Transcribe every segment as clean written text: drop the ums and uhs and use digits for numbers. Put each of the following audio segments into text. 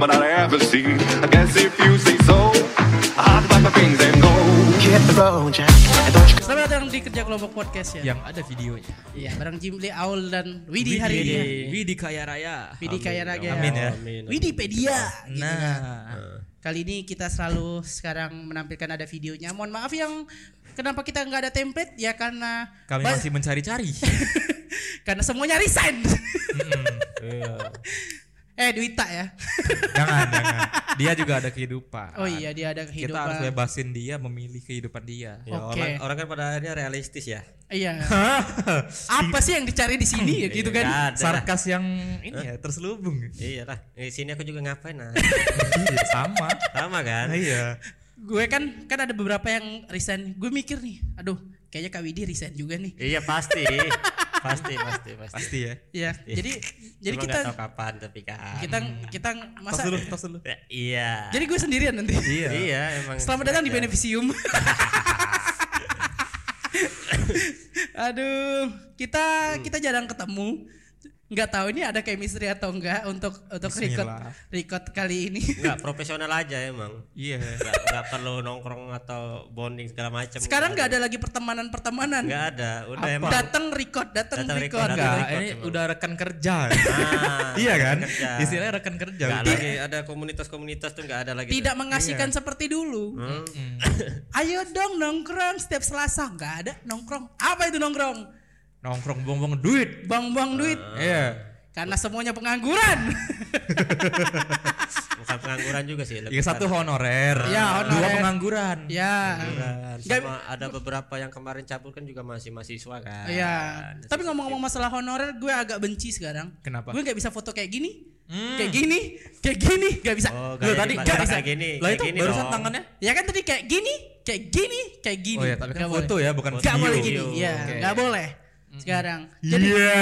woman I ever see. I guess if you say so, I'd pack my things and go. Hit the road, Jack. Selamat datang di Kerja Kelompok Podcast ya. Yang ada videonya. Iya, bareng Jimli, Aul dan Widi hari ini. Widi kaya raya. Widi kaya raya. Amin ya. Widipedia. Gitu Nah, kan. Kali ini kita selalu sekarang menampilkan ada videonya. Mohon maaf yang kenapa kita nggak ada template ya karena kami masih mencari-cari. karena semuanya resign. Duita ya. Jangan. Dia juga ada kehidupan. Oh iya, dia ada kehidupan. Kita harus bebasin dia memilih kehidupan dia. Ya, Oke. orang kan pada akhirnya realistis ya. Iya. Apa sih yang dicari di sini ya gitu kan? Nggak ada lah. Sarkas yang ini ya terselubung. Iya lah. Di sini aku juga ngapain nah. Iya, sama kan? Iya. Gue kan ada beberapa yang resign. Gue mikir nih, aduh, kayaknya Kak Widi resign juga nih. Iya pasti. Pasti. Pasti ya. Iya. Jadi Cuma kita nggak tahu kapan tapi kan. kita masa Tos dulu. Ya, iya. jadi gue sendirian nanti. Iya emang. Selamat datang di sengaja. Beneficium. Aduh, kita jarang ketemu. Nggak tahu ini ada chemistry atau enggak untuk Bismillah. record kali ini. Enggak profesional aja emang. Iya. Enggak perlu nongkrong atau bonding segala macam. Sekarang nggak ada lagi pertemanan. Enggak ada. Udah Apa? emang. Datang record. Datang record. Enggak, record ini cuma. udah rekan kerja. Iya kan? Kerja. Istilahnya rekan kerja. Enggak Udah. lagi ada komunitas-komunitas tuh enggak ada lagi. Tidak mengasihkan seperti dulu. Ayo dong nongkrong setiap Selasa. Nggak ada nongkrong. Apa itu nongkrong? Nongkrong buang-buang duit. Buang-buang duit. Iya. Karena semuanya pengangguran. Bukan pengangguran juga sih. Yang satu honorer. Ya, honorer. Dua pengangguran. Ya. Sama ada beberapa yang kemarin cabut kan juga masih mahasiswa kan. Iya. Tapi ngomong-ngomong masalah honorer, gue agak benci sekarang. Kenapa? Gue nggak bisa foto kayak gini, kayak gini, nggak bisa. Oh, Loh, tadi nggak nggak bisa bisa. kayak gini. Lah kayak itu gini barusan dong. tangannya. Ya kan tadi kayak gini. Oh ya, tapi kan Nggak foto boleh. ya, bukan Nggak video. boleh gini, Video. ya, Oke. nggak boleh. Sekarang, jadi Iya.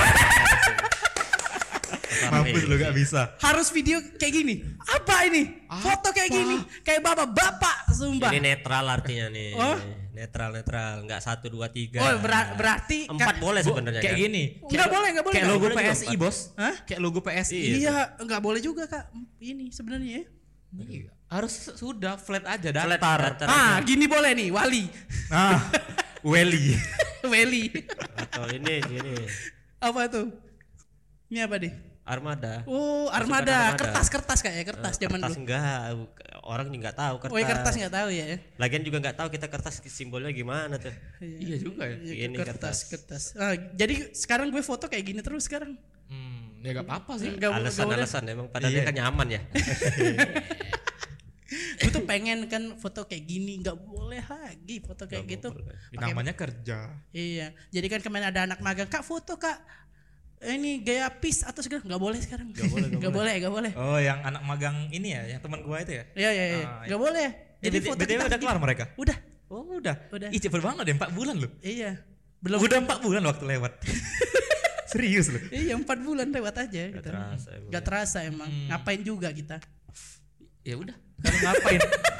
Parah Mampus nih. lu gak bisa. harus video kayak gini. Apa ini? Foto kayak gini, kayak bapak-bapak, sumpah. Ini netral artinya nih. Oh? Netral, enggak 1 2 3. Oh, berarti 4 boleh sebenarnya Kayak kan. gini. Nggak boleh. Kayak logo Boleh juga PSI, empat. Bos. Hah? Kayak logo PSI. Iya, nggak boleh juga Kak. Ini sebenarnya ya. Iya. Harus sudah flat aja Flat, datar. datar. Ah, gini boleh nih, Wali. Ah, Welly. Weli. Atau ini gini. Apa tuh? Ini apa deh? Armada. Oh, Pasukan armada. armada. Kertas kayak kertas zaman Kertas dulu. enggak, orang juga enggak tahu kertas. Oh, ya kertas nggak tahu ya. Lagian juga enggak tahu kita kertas simbolnya gimana tuh. Iya juga ya. Iya, Ini kertas. Ah, jadi sekarang gue foto kayak gini terus sekarang. Ya gak apa-apa sih. Nggak boleh. Alasan emang padahal Iya. dia kan nyaman ya. Gue tuh pengen kan foto kayak gini, nggak boleh lagi foto kayak gitu. Pakai- Namanya kerja. Iya. Jadi kan kemarin ada anak magang, Kak foto Kak. Ini gaya peace atau segala nggak boleh sekarang. Nggak boleh. Oh, yang anak magang ini ya, yang teman gua itu ya. Iya. Ah, Nggak boleh. Jadi foto BTW kita udah kelar mereka. Udah. Oh, udah. Udah. Ih, cepet banget ya, 4 bulan loh. Iya. Belum. Udah 4 bulan waktu lewat. Serius loh. Iya 4 bulan lewat aja gitu. terasa emang Gak ya. terasa emang. Ngapain juga kita. Ya udah. Kalau ngapain?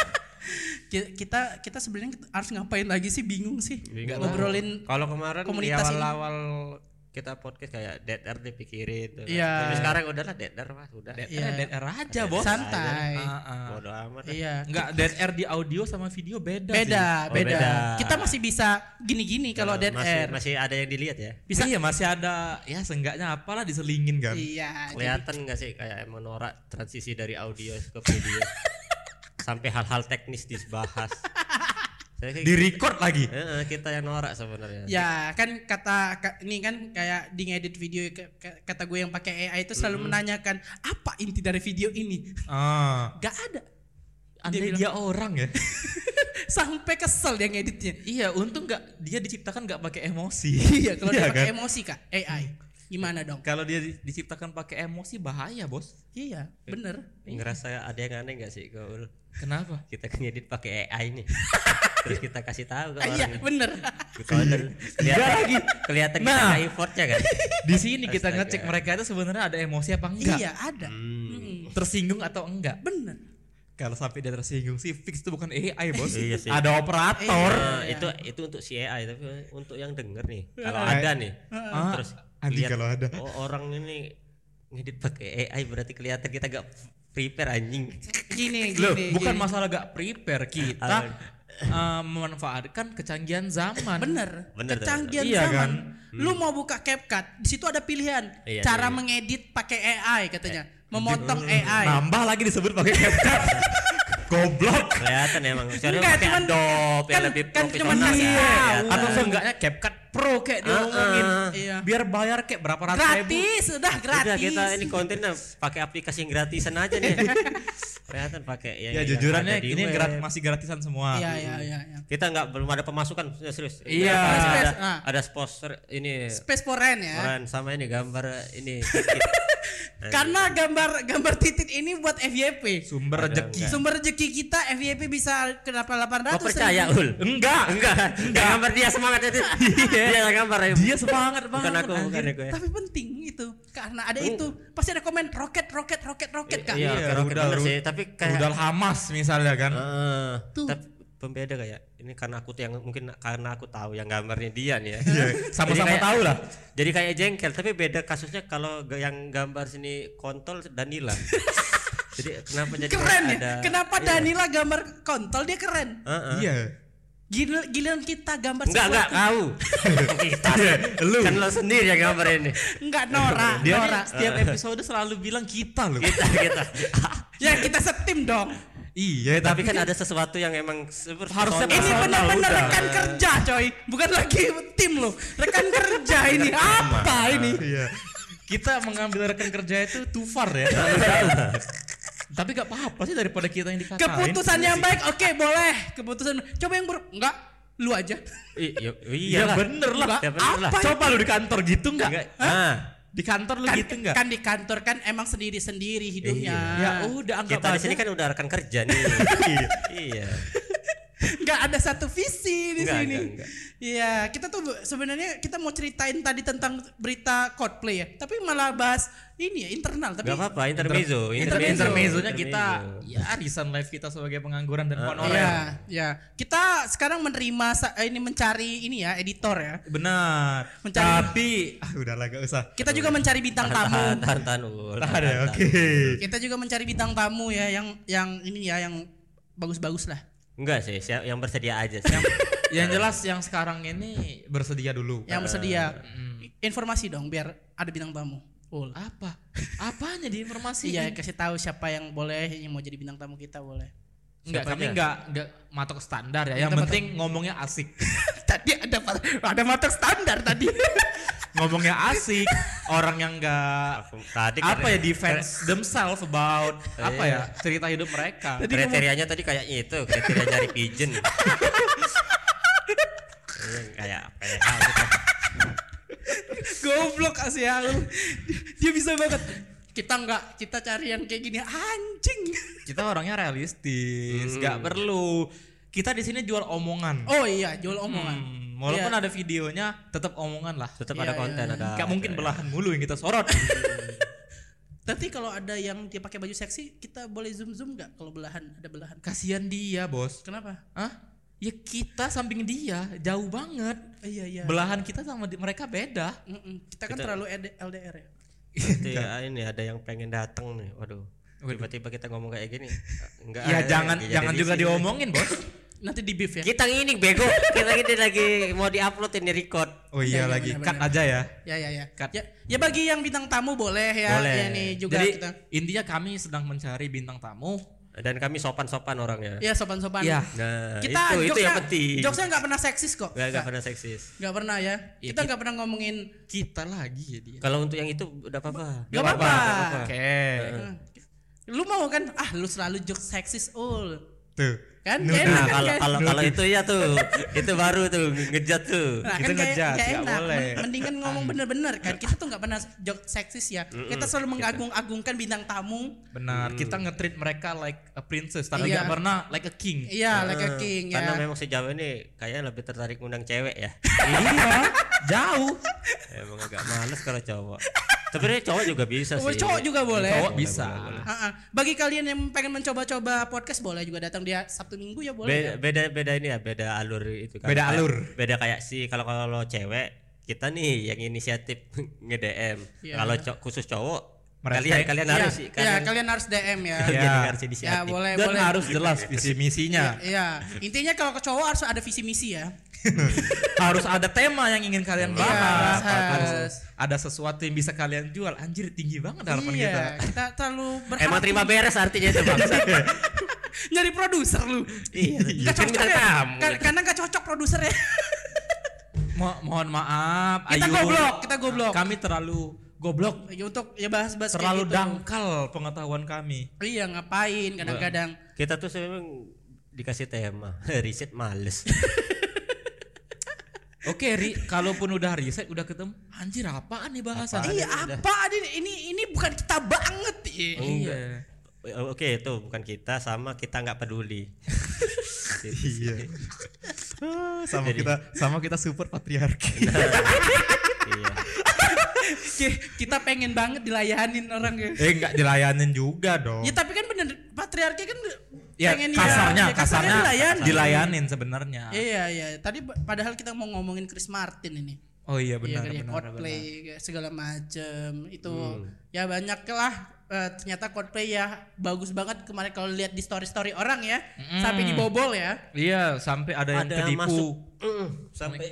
Kita sebenarnya harus ngapain lagi sih, bingung sih. Bingung. Ngobrolin Kalau kemarin di komunitas ini. awal-awal kita podcast kayak dead air dipikirin tuh. Iya. Tapi sekarang udahlah dead air Mas, udah. Iya. Dead air aja, Bos. santai. Bodo amat. Iya. Enggak, dead air di audio sama video beda sih. Beda. beda. Kita masih bisa gini-gini kalau dead air. Masih ada yang dilihat ya. Bisa. Iya, masih ada ya seenggaknya apalah diselingin kan. Iya. Kelihatan nggak sih kayak emang norak transisi dari audio ke video sampai hal-hal teknis dibahas. Saya kayak Di record lagi. kita yang norak sebenarnya. Ya kan ini kan kayak di ngedit video kata gue yang pakai AI itu selalu menanyakan apa inti dari video ini. Gak ada. Andai bilang- dia orang ya. Sampai kesel dia ngeditnya. Iya, untung dia diciptakan nggak pakai emosi. Iya, kalau dia Iya pakai kan? emosi Kak, AI. Gimana dong? Kalau dia diciptakan pakai emosi bahaya, Bos. Iya, bener. Ngerasa ada yang aneh nggak sih Gaul? Kenapa? Kita ngedit pakai AI nih. Terus kita kasih tahu ke Iya, orang. bener. Kelihatan kita Nah. ada effortnya kan. Di sini kita Astaga. ngecek mereka itu sebenarnya ada emosi apa enggak. Iya, ada. Tersinggung atau enggak. Bener. Kalau sampai dia tersinggung sih fix itu bukan AI, Bos. Iya sih. Ada operator. Itu untuk si AI tapi untuk yang denger nih. Kalau Iya. ada nih. Ah, Terus anjing lihat, kalau ada. oh, orang ini ngedit pakai AI berarti kelihatan kita gak prepare anjing. Gini. Loh, bukan gini. masalah gak prepare, kita memanfaatkan kecanggihan zaman. Bener. Bener, Kecanggihan iya zaman. kan? Lu mau buka CapCut, di situ ada pilihan Iya, cara iya. mengedit pakai AI katanya, memotong AI. Nambah lagi disebut pakai CapCut. Goblok. Kelihatan emang. Soalnya Enggak, pakai cuman- Adobe yang kan- lebih kan cuman profesional. ngasih ya, tahu. kelihatan. Atau seenggaknya CapCut Pro kayak diomongin. Iya. Biar bayar kayak berapa ratus ribu. Gratis, sudah gratis. Udah kita ini kontennya pakai aplikasi yang gratisan aja nih. Kelihatan pakai Ya yang jujurannya ada di ini web. masih gratisan semua. Iya. Kita belum ada pemasukan serius. Iya. Ada, Ah. ada sponsor ini Space Foreign ya. orang sama ini gambar ini. Karena gambar titik ini buat FYP. Sumber rezeki. Sumber rezeki kita FYP bisa kenapa 800. Kau percaya Ul? Enggak. Enggak. Gambar dia semangat itu. Dia yang gambar. Dia semangat Bukan banget. aku, bukan aku ya. Tapi penting itu karena ada itu pasti ada komen roket kan. Iya, Iya, oke, rudal, bener sih. Tapi kayak Rudal Hamas misalnya kan. Tuh. tapi pembeda kayak ini karena aku tuh yang mungkin karena aku tahu yang gambarnya dia nih ya. Sama-sama Jadi kayak- tahu lah. Jadi kayak jengkel, tapi beda kasusnya kalau yang gambar sini kontol Danila. Jadi kenapa jadi Keren kayak ya. ada Kenapa iya. Danila gambar kontol dia keren. Heeh. Iya. Giliran kita gambar Enggak kau. Kita Lu. kan lo sendiri yang gambar ini. Enggak Nora. Dia Nora. nih setiap episode selalu bilang kita loh. Kita. Ya kita setim dong. Iya, Tapi kan ada sesuatu yang emang Harusnya Ini personal, benar-benar udah. rekan kerja coy. Bukan lagi tim loh. Rekan kerja ini. Apa ini? Iya. Kita mengambil rekan kerja itu too far ya. Tapi gak apa-apa sih daripada kita yang dikatain. Keputusan yang baik oke boleh. Keputusan coba yang buruk enggak. Lu aja. Iya bener lah. Ya bener lah. Apa Coba lu di kantor gitu enggak? Ah, Di kantor lu gitu enggak? Kan di kantor kan emang sendiri-sendiri hidupnya. Ya udah anggap kita di aja. sini kan udah rekan kerja nih. Iya. Nggak ada satu visi di Nggak, sini. nggak. Iya, kita tuh sebenarnya kita mau ceritain tadi tentang berita Coldplay ya, tapi malah bahas ini ya internal. Tapi Gak apa-apa, intermezzo. Intermezzonya kita ya reason life kita sebagai pengangguran dan honorer. Iya, ya. Kita sekarang menerima ini mencari ini ya editor ya. Benar. Mencari- Tapi udahlah gak usah. Kita juga mencari bintang tamu. Tahan, Ul. Tahan ya, oke. Kita juga mencari bintang tamu ya yang ini ya yang bagus-bagus lah. Enggak sih, yang bersedia aja sih. Yang jelas yang sekarang ini bersedia dulu. Yang bersedia. Informasi dong biar ada bintang tamu. Apa? Apanya di informasi? Iya, kasih tahu siapa yang boleh yang mau jadi bintang tamu kita boleh. Enggak, Siapa kami aja? enggak matok standar ya. Yang Kita penting ngomongnya asik. Tadi ada matok standar tadi. Ngomongnya asik, orang yang enggak Tadi apa ya defense themselves about apa ya Iya. cerita hidup mereka. kriterianya tadi kayak itu, kriteria nyari pigeon. Kayak PH gitu. Goblok Asyalul. Dia bisa banget. Kita cari yang kayak gini anjing. Kita orangnya realistis, nggak perlu. Kita di sini jual omongan. Oh iya, jual omongan. Walaupun Iya. ada videonya, tetap omongan lah. Tetap Iya, ada konten, iya. ada. Gak mungkin belahan mulu yang kita sorot. Tapi kalau ada yang dia pakai baju seksi, kita boleh zoom nggak kalau ada belahan? Kasihan dia, bos. Kenapa? Hah? Ya kita samping dia, jauh banget. Iya. Belahan kita sama mereka beda. Kita kan terlalu LDR ya. Nanti ini ada yang pengen datang nih. Waduh. Tiba-tiba kita ngomong kayak gini. Enggak. Ya jangan juga diomongin, bos. Nanti di beef ya. Kita ini bego. Kita ini lagi mau diupload ini record. Oh iya Ya, lagi, benar, cut benar. aja ya. Ya. Cut. Ya bagi yang bintang tamu boleh ya. Boleh. Ya nih juga Jadi kita. intinya kami sedang mencari bintang tamu. Dan kami sopan-sopan orangnya. Ya sopan-sopan. Iya. Nah, Kita itu yang penting. Jokesnya nggak pernah seksis kok. Enggak pernah seksis. Nggak pernah ya. Ya, Kita nggak pernah ngomongin. Kita lagi ya dia. Kalau untuk yang itu udah apa-apa. Nggak apa-apa. Oke. Lu mau kan? Lu selalu jokes seksis Tuh. kan? Nuh. Kayak enak Nah, kan, kalau itu ya tuh. Itu baru tuh ngejat tuh. Nah, Kita kan ngejudge, kayak nggak enak. boleh. Mendingan ngomong bener-bener kan. Kita tuh nggak pernah joke seksis ya. Kita selalu mengagung-agungkan bintang tamu. Benar, kita nge-treat mereka like a princess, tapi Iya. nggak pernah like a king. Iya, like a king ya. Karena memang sejauh ini kayaknya lebih tertarik undang cewek ya. Iya, jauh. Emang agak males kalau cowok. Sebenarnya cowok juga bisa Oh, sih. cowok juga boleh. Cowok bisa. Bagi kalian yang pengen mencoba-coba podcast boleh juga datang dia Sabtu Minggu ya boleh. Beda ini ya, beda alur itu kan. Beda alur. Beda kayak sih kalau cewek kita nih yang inisiatif nge-DM. Iya. Kalau khusus cowok Kalian Iya, harus sih. iya, kalian harus DM ya. Kalian Ya, harus inisiatif. boleh, Dan boleh. harus jelas visi misinya. Iya, intinya kalau ke cowok harus ada visi misi ya. Harus ada tema yang ingin kalian bahas. harus. Ada sesuatu yang bisa kalian jual. Anjir, tinggi banget harapan kita. Iya, kita terlalu berharap. Emang terima beres artinya itu bangsa. Nyari produser lu. Iya. Gak Kan cocok kita ya. tamu. Karena gak cocok produsernya. Mohon maaf. Kita Ayu. goblok. Kami terlalu goblok. Untuk ya bahas-bahas Terlalu kayak gitu. dangkal pengetahuan kami. Iya, ngapain kadang-kadang. Kita tuh memang dikasih tema, riset males. Oke, kalaupun udah riset, udah ketemu, anjir apaan nih bahasan? Iya, apa ini bukan kita banget. Iya. Oke, itu bukan kita, sama kita nggak peduli. Iya. Sama kita support patriarki. Iya. Kita pengen banget dilayanin orang ya. Enggak dilayanin juga dong. Ya tapi kan bener patriarki kan Ya pengen kasarnya dilayanin. dilayanin sebenarnya. Iya. Tadi padahal kita mau ngomongin Chris Martin ini. Oh iya Iya, benar kayak benar. Coldplay kayak segala macem itu ya banyak lah. Ternyata Coldplay ya bagus banget kemarin kalau lihat di story orang ya sampai dibobol ya. Iya, sampai ada yang Ada ketipu. masuk. Sampai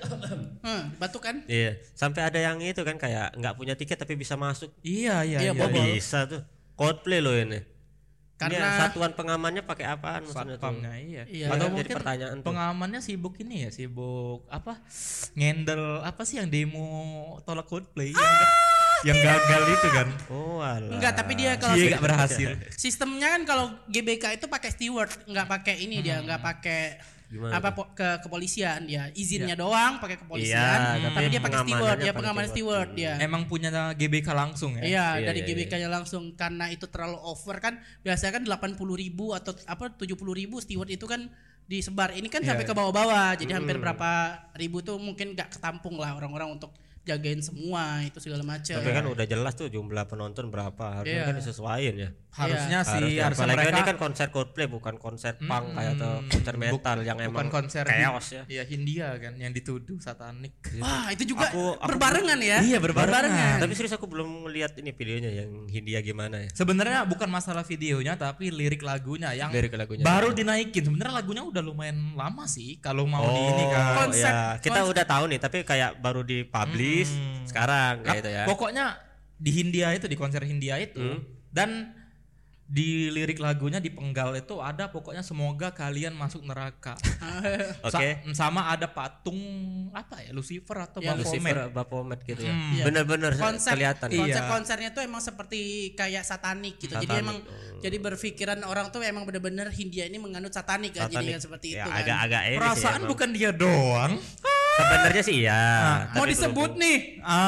Batuk kan? iya, sampai ada yang itu kan kayak nggak punya tiket tapi bisa masuk. Iya. Iya, Kok bobol. bisa tuh. Coldplay loh ini. Karena- Ini satuan pengamannya pakai apaan maksudnya tuh? Satpamnya iya. Iya. Atau Jadi mungkin pertanyaan tuh. pengamannya sibuk ini ya, sibuk apa? Ngendel apa sih yang demo tolak Coldplay yang gagal itu kan? Oh alah. Enggak, tapi dia kalau Iya enggak berhasil. sistemnya kan kalau GBK itu pakai steward, nggak pakai ini dia, nggak pakai Gimana apa kepolisian dia, izinnya doang pakai kepolisian, Iya, tapi dia pakai steward, pengamanannya dia pakai pengaman steward dia. Emang punya GBK langsung ya? Iya, Iya, dari iya, GBK-nya langsung karena itu terlalu over kan. Biasanya kan 80.000 atau apa 70.000 steward itu kan disebar. Ini kan sampai ke bawah-bawah. Jadi hampir berapa ribu tuh mungkin gak ketampung lah orang-orang untuk jagain semua itu segala macam. Tapi kan udah jelas tuh jumlah penonton berapa. Harusnya Iya. kan disesuaiin ya. Harusnya sih, Harusnya. harusnya Apalagi mereka ini kan konser Coldplay bukan konser punk kayak atau konser metal yang bukan emang konser chaos ya. Iya, Hindia kan yang dituduh satanik. Wah, itu juga Aku- berbarengan ya. Iya, berbarengan. Tapi serius aku belum lihat ini videonya yang Hindia gimana ya. Sebenarnya bukan masalah videonya tapi lirik lagunya yang Lirik lagunya. baru dinaikin. Sebenarnya lagunya udah lumayan lama sih kalau mau di ini kan. Konsep- ya. Kita udah tahu nih tapi kayak baru dipublish sekarang kayak itu ya. Pokoknya di Hindia itu, di konser Hindia itu dan di lirik lagunya di penggal itu ada pokoknya semoga kalian masuk neraka. Oke. Sama ada patung apa ya, Lucifer atau Ya, Baphomet. Baphomet gitu ya. Iya. Bener-bener konsep kelihatan. konsep Iya. konsernya tuh emang seperti kayak satanik gitu. Jadi Satanik, emang jadi berpikiran orang tuh emang bener-bener Hindia ini menganut satanik kan. Jadi Satanik. kan seperti Ya, itu kan. agak-agak ini sih Perasaan emang. bukan dia doang. Sebenarnya sih iya. Mau tapi disebut berhubung- nih.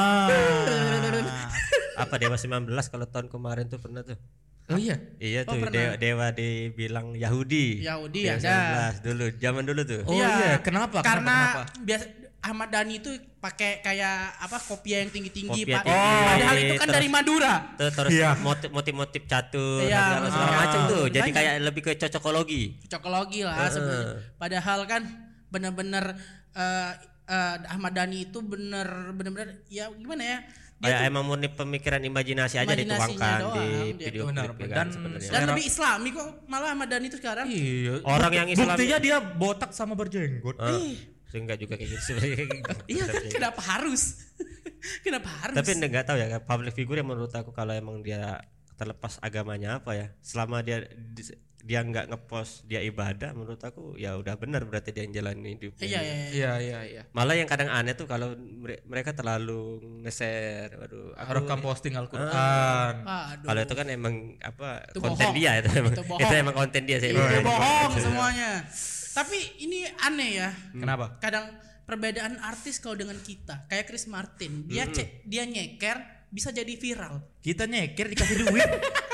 apa Dewa 19 kalau tahun kemarin tuh pernah tuh. Oh iya. Iya tuh pernah. dewa dibilang Yahudi. Yahudi Dewa ada. 19 dulu, zaman dulu tuh. Oh iya, kenapa? Karena Kenapa? biasa Ahmad Dhani itu pakai kayak apa kopiah yang tinggi-tinggi Kopiah Pak. tinggi, Padahal itu kan terus- dari Madura. Terus Iya. motif-motif catur Iya, segala macam tuh. Jadi banyak. kayak lebih ke cocokologi. Cocokologi lah sebenarnya. Padahal kan benar-benar Ahmad Dhani itu benar-benar ya gimana ya? Dia Kayak tuh- emang murni pemikiran imajinasi aja Imajinasinya dituangkan doang, di dia video tuh. Benar, klip dan- sebenarnya. dan lebih Islami kok malah Ahmad Dhani itu sekarang. Iya. Orang yang Islam- Buktinya dia botak sama berjenggot. Enggak juga kayak gitu sebenarnya. Iya kan kenapa harus? Kenapa harus? Tapi enggak tahu ya, public figure yang menurut aku kalau emang dia terlepas agamanya apa ya, selama dia nggak ngepost dia ibadah, menurut aku ya udah benar berarti dia yang jalani hidupnya. Iya. Iya. Malah yang kadang aneh tuh kalau mereka terlalu nge-share, waduh. Rekam posting Al-Qur'an. Aduh. Kalau itu kan emang apa Itu konten bohong. dia itu emang Itu bohong. itu emang konten dia sih. Itu bohong semuanya. Tapi ini aneh ya. Kenapa? Kadang perbedaan artis kalau dengan kita, kayak Chris Martin, dia nyeker bisa jadi viral. Kita nyeker dikasih duit.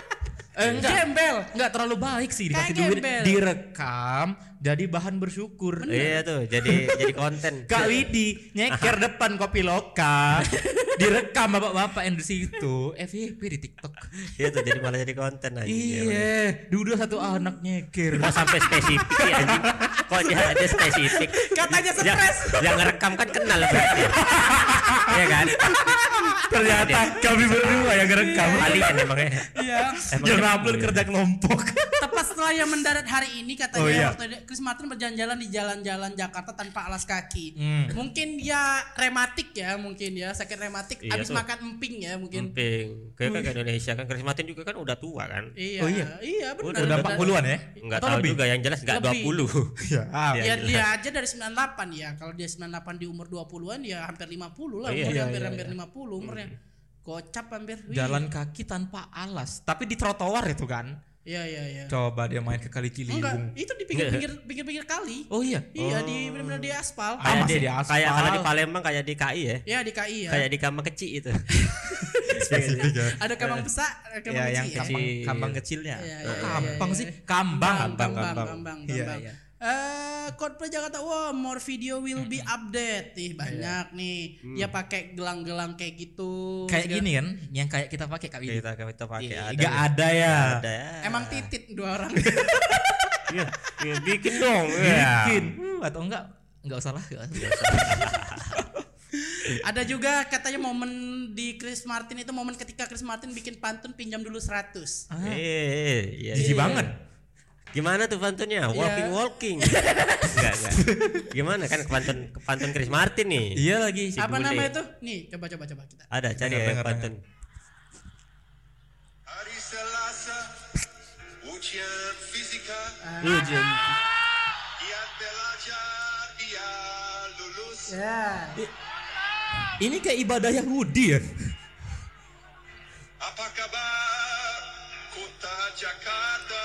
Gembel. Enggak terlalu baik sih dikasih Kayak duit, gembel. direkam jadi bahan bersyukur. Iya tuh, jadi konten. Kak Widi nyeker depan kopi loka, direkam bapak-bapak yang di situ, FYP di TikTok. Iya tuh, jadi malah jadi konten aja. Iya, dulu satu anak nyeker. Kok sampai spesifik ya anjing? Kok dia ada spesifik? Katanya stres. Yang ngerekam kan kenal berarti. Iya kan? Ternyata kami berdua yang ngerekam. Kalian emangnya. Iya. Yang upload kerja kelompok. Tepat setelah yang mendarat hari ini katanya Oh, iya. waktu Chris Martin berjalan-jalan di jalan-jalan Jakarta tanpa alas kaki. Hmm. Mungkin dia rematik ya, mungkin ya sakit rematik Iya habis tuh. makan emping ya mungkin. Emping. Kayak kan ke Indonesia kan Chris Martin juga kan udah tua kan. Iya. Oh, iya? Iya benar. Udah 40-an ya? Enggak Atau tahu lebih? juga, yang jelas enggak Lebih. 20. Ya, Iya. Ya dia aja dari 98 ya. Kalau dia 98 di umur 20-an ya hampir 50 lah. Oh, iya, Umurnya iya, hampir iya. 50 umurnya. Gocap hampir. Wih. Jalan kaki tanpa alas, tapi di trotoar itu kan. Iya iya iya. Coba dia main ke Kali Enggak, Ciliwung. itu di pinggir-pinggir kali. Oh iya. Iya di benar-benar di aspal. Ah, Kayak masih di di aspal. kayak kalau di Palembang kayak di KI ya. Ya di KI ya. Kayak di Kamang Kecil itu. Ada kambang besar, kambang Ya, yang kecil ya. kambang, kambang kecilnya. Iya, Oh, iya, kambang iya, sih, iya. kambang. Kambang. Iya, iya. Coldplay Jakarta, wow, more video will be update. Ih, banyak nih. Dia pakai gelang-gelang kayak gitu. Kayak Dia- gini kan, yang kayak kita pakai Kak Widi. Kita pakai ada. Enggak ada ya. Ada ya. Emang titit dua orang. Iya, iya, bikin dong. Iya. Bikin. Atau enggak usah lah. Ada juga katanya momen di Chris Martin itu momen ketika Chris Martin bikin pantun pinjam dulu 100. Iya. Jijik banget. Gimana tuh pantunnya? Walking. Enggak. Gimana kan pantun Chris Martin nih? Iya lagi. Si Apa bule. nama itu? Nih, coba kita. Ada cari Dengar, ya pantun. Hari Selasa, ujian fisika, Ujian. giat belajar, dia lulus. Ya. Ini kayak ibadah Yahudi ya. Apa kabar kota Jakarta?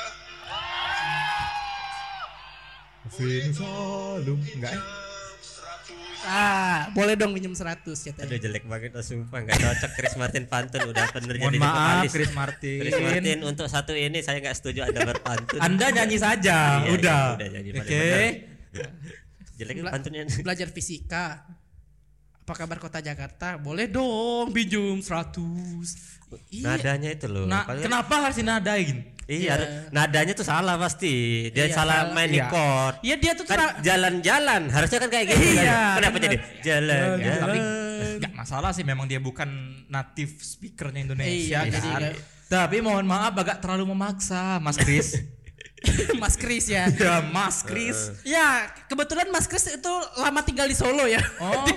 Enggak. Jam 100. Boleh dong minjem 100 katanya. Aduh jelek banget lah sumpah, enggak cocok Chris Martin pantun, udah bener Mohon jadi maaf vokalis. Chris Martin. Chris Martin untuk satu ini saya enggak setuju Anda berpantun. Anda nyanyi saja, Iya, udah. udah nyanyi Oke. bener-bener. Jelek Bela- pantunnya. Belajar fisika. Apa kabar kota Jakarta? Boleh dong pinjam 100. Iya. Nadanya itu loh. Nah, Padahal- kenapa harus dinadain? Iya, Iya. nadanya tuh salah pasti. Dia Iya, salah salah. main di Iya. chord. Iya dia tuh Kan jalan-jalan, harusnya kan kayak gitu. Iya, Kenapa bener. jadi jalan? Ya, jalan? tapi nggak masalah sih, memang dia bukan native speakernya Indonesia Iya, kan. jadi nggak- Tapi mohon maaf agak terlalu memaksa Mas Kris. Mas Kris ya. Ya Mas Kris. Ya, kebetulan Mas Kris itu lama tinggal di Solo ya. Oh.